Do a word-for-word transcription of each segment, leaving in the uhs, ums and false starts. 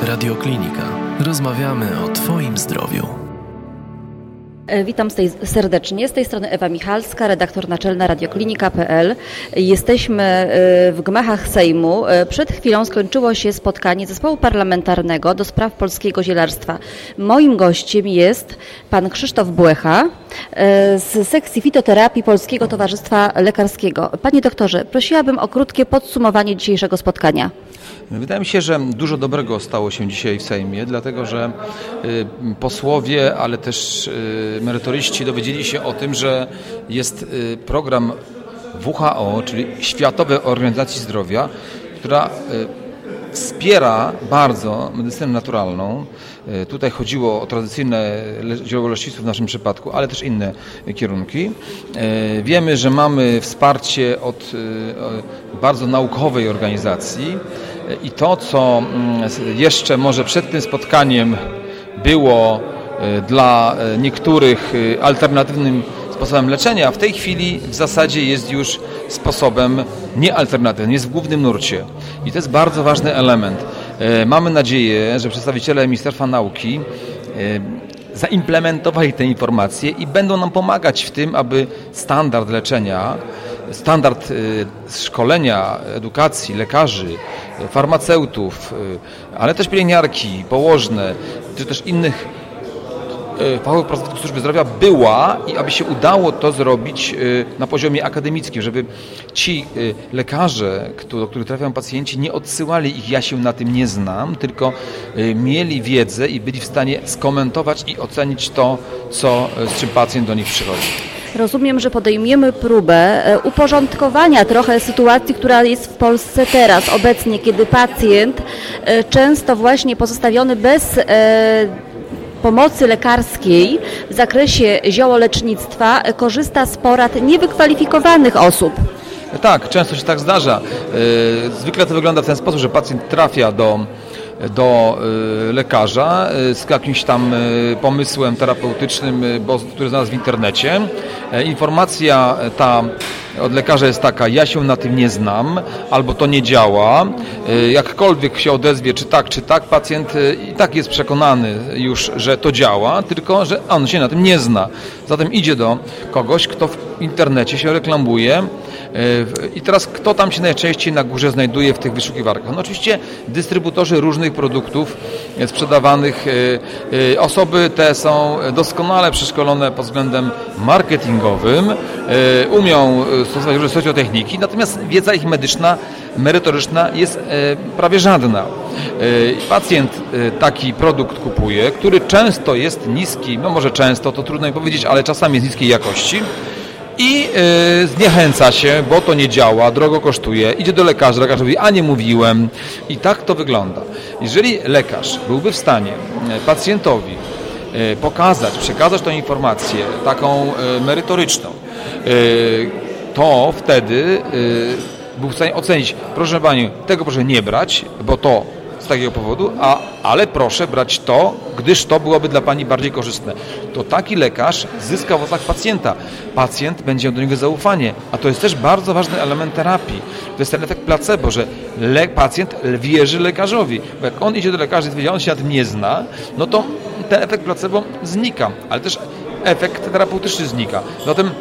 Radioklinika. Rozmawiamy o Twoim zdrowiu. Witam z tej, serdecznie. Z tej strony Ewa Michalska, redaktor naczelna radioklinika kropka p l. Jesteśmy w gmachach Sejmu. Przed chwilą skończyło się spotkanie zespołu parlamentarnego do spraw polskiego zielarstwa. Moim gościem jest pan Krzysztof Błecha z sekcji fitoterapii Polskiego Towarzystwa Lekarskiego. Panie doktorze, prosiłabym o krótkie podsumowanie dzisiejszego spotkania. Wydaje mi się, że dużo dobrego stało się dzisiaj w Sejmie, dlatego że posłowie, ale też merytoryści dowiedzieli się o tym, że jest program W H O, czyli Światowej Organizacji Zdrowia, która wspiera bardzo medycynę naturalną. Tutaj chodziło o tradycyjne ziołoleśnictwo w naszym przypadku, ale też inne kierunki. Wiemy, że mamy wsparcie od bardzo naukowej organizacji i to, co jeszcze może przed tym spotkaniem było dla niektórych alternatywnym sposobem leczenia, w tej chwili w zasadzie jest już sposobem niealternatywnym, jest w głównym nurcie. I to jest bardzo ważny element. Mamy nadzieję, że przedstawiciele Ministerstwa Nauki zaimplementowali te informacje i będą nam pomagać w tym, aby standard leczenia, standard szkolenia, edukacji lekarzy, farmaceutów, ale też pielęgniarki, położne, czy też innych fachowych pracowników służby zdrowia była i aby się udało to zrobić na poziomie akademickim, żeby ci lekarze, do których trafiają pacjenci, nie odsyłali ich, ja się na tym nie znam, tylko mieli wiedzę i byli w stanie skomentować i ocenić to, co, z czym pacjent do nich przychodzi. Rozumiem, że podejmiemy próbę uporządkowania trochę sytuacji, która jest w Polsce teraz, obecnie, kiedy pacjent często właśnie pozostawiony bez pomocy lekarskiej w zakresie ziołolecznictwa korzysta z porad niewykwalifikowanych osób. Tak, często się tak zdarza. Zwykle to wygląda w ten sposób, że pacjent trafia do, do lekarza z jakimś tam pomysłem terapeutycznym, który znalazł w internecie. Informacja ta od lekarza jest taka: ja się na tym nie znam, albo to nie działa. Jakkolwiek się odezwie, czy tak, czy tak, pacjent i tak jest przekonany już, że to działa, tylko że on się na tym nie zna. Zatem idzie do kogoś, kto w internecie się reklamuje. I teraz kto tam się najczęściej na górze znajduje w tych wyszukiwarkach? No oczywiście dystrybutorzy różnych produktów sprzedawanych. Osoby te są doskonale przeszkolone pod względem marketingowym, umią stosować różne socjotechniki, natomiast wiedza ich medyczna, merytoryczna jest prawie żadna. Pacjent taki produkt kupuje, który często jest niski, no może często, to trudno mi powiedzieć, ale czasami jest niskiej jakości. I y, zniechęca się, bo to nie działa, drogo kosztuje, idzie do lekarza, lekarz mówi, a nie mówiłem. I tak to wygląda. Jeżeli lekarz byłby w stanie pacjentowi y, pokazać, przekazać tę informację taką y, merytoryczną, y, to wtedy y, był w stanie ocenić, proszę pani, tego proszę nie brać, bo to z takiego powodu, a, ale proszę brać to, gdyż to byłoby dla pani bardziej korzystne. To taki lekarz zyska w oczach pacjenta. Pacjent będzie miał do niego zaufanie, a to jest też bardzo ważny element terapii. To jest ten efekt placebo, że le- pacjent wierzy lekarzowi. Bo jak on idzie do lekarza i on się na tym nie zna, no to ten efekt placebo znika, ale też efekt terapeutyczny znika. Zatem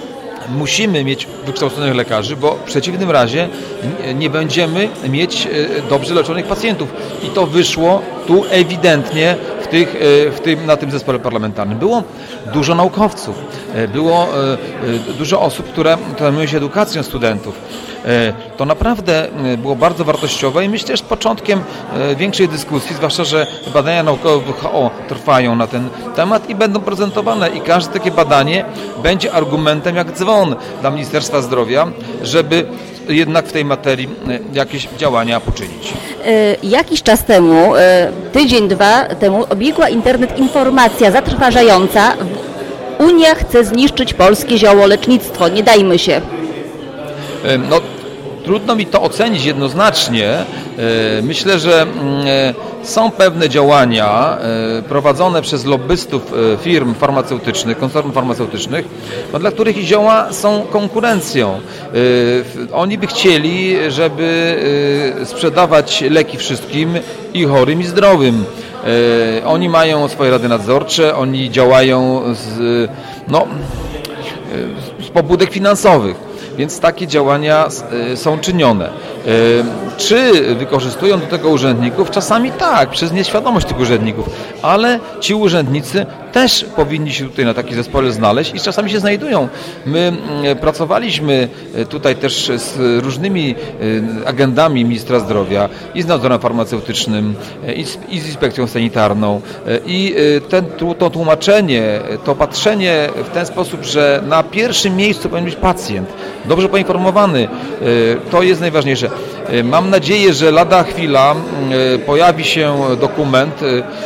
musimy mieć wykształconych lekarzy, bo w przeciwnym razie nie będziemy mieć dobrze leczonych pacjentów. I to wyszło tu ewidentnie w tych, w tym, na tym zespole parlamentarnym. Było dużo naukowców, było dużo osób, które zajmują się edukacją studentów. To naprawdę było bardzo wartościowe i myślę, że początkiem większej dyskusji, zwłaszcza, że badania naukowe W H O trwają na ten temat i będą prezentowane i każde takie badanie będzie argumentem jak dzwon dla Ministerstwa Zdrowia, żeby jednak w tej materii jakieś działania poczynić. Jakiś czas temu, tydzień, dwa temu, obiegła internet informacja zatrważająca: Unia chce zniszczyć polskie ziołolecznictwo, nie dajmy się. No, Trudno mi to ocenić jednoznacznie. Myślę, że są pewne działania prowadzone przez lobbystów firm farmaceutycznych, koncernów farmaceutycznych, no, dla których zioła są konkurencją. Oni by chcieli, żeby sprzedawać leki wszystkim, i chorym, i zdrowym. Oni mają swoje rady nadzorcze, oni działają z, no, z pobudek finansowych, więc takie działania są czynione. Czy wykorzystują do tego urzędników? Czasami tak, przez nieświadomość tych urzędników, ale ci urzędnicy też powinni się tutaj na takim zespole znaleźć i czasami się znajdują. My pracowaliśmy tutaj też z różnymi agendami ministra zdrowia i z nadzorem farmaceutycznym, i z, i z inspekcją sanitarną, i ten, to tłumaczenie, to patrzenie w ten sposób, że na pierwszym miejscu powinien być pacjent, dobrze poinformowany, to jest najważniejsze. Mam nadzieję, że lada chwila pojawi się dokument,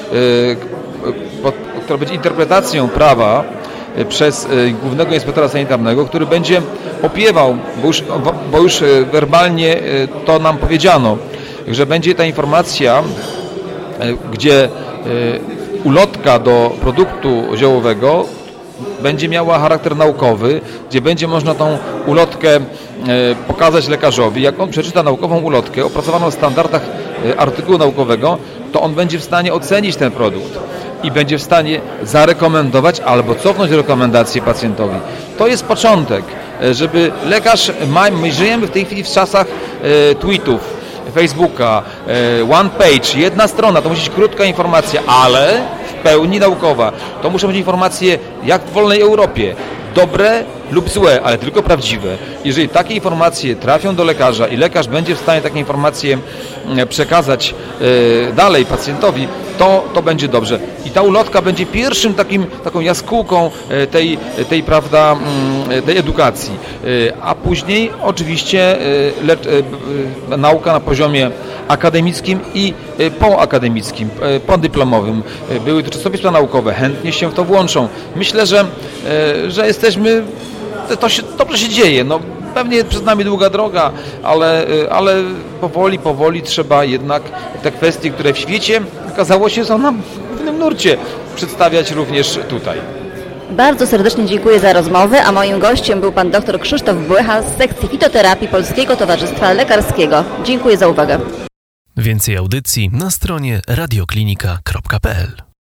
który będzie interpretacją prawa przez głównego inspektora sanitarnego, który będzie opiewał, bo już, bo już werbalnie to nam powiedziano, że będzie ta informacja, gdzie ulotka do produktu ziołowego będzie miała charakter naukowy, gdzie będzie można tą ulotkę pokazać lekarzowi. Jak on przeczyta naukową ulotkę opracowaną w standardach artykułu naukowego, to on będzie w stanie ocenić ten produkt i będzie w stanie zarekomendować albo cofnąć rekomendację pacjentowi. To jest początek, żeby lekarz, ma, my żyjemy w tej chwili w czasach e, tweetów, Facebooka, e, one page, jedna strona, to musi być krótka informacja, ale w pełni naukowa. To muszą być informacje jak w wolnej Europie, dobre lub złe, ale tylko prawdziwe. Jeżeli takie informacje trafią do lekarza i lekarz będzie w stanie takie informacje przekazać e, dalej pacjentowi, to, to będzie dobrze. I ta ulotka będzie pierwszym takim, taką jaskółką tej, tej, prawda, tej edukacji. A później oczywiście lecz, nauka na poziomie akademickim i poakademickim, podyplomowym. Były to czasopisma naukowe, chętnie się w to włączą. Myślę, że, że jesteśmy, to się, dobrze się dzieje. No, pewnie przed nami długa droga, ale, ale powoli, powoli trzeba jednak te kwestie, które w świecie okazało się są na głównym nurcie, przedstawiać również tutaj. Bardzo serdecznie dziękuję za rozmowę, a moim gościem był pan dr Krzysztof Błycha z sekcji fitoterapii Polskiego Towarzystwa Lekarskiego. Dziękuję za uwagę. Więcej audycji na stronie radioklinika kropka p l.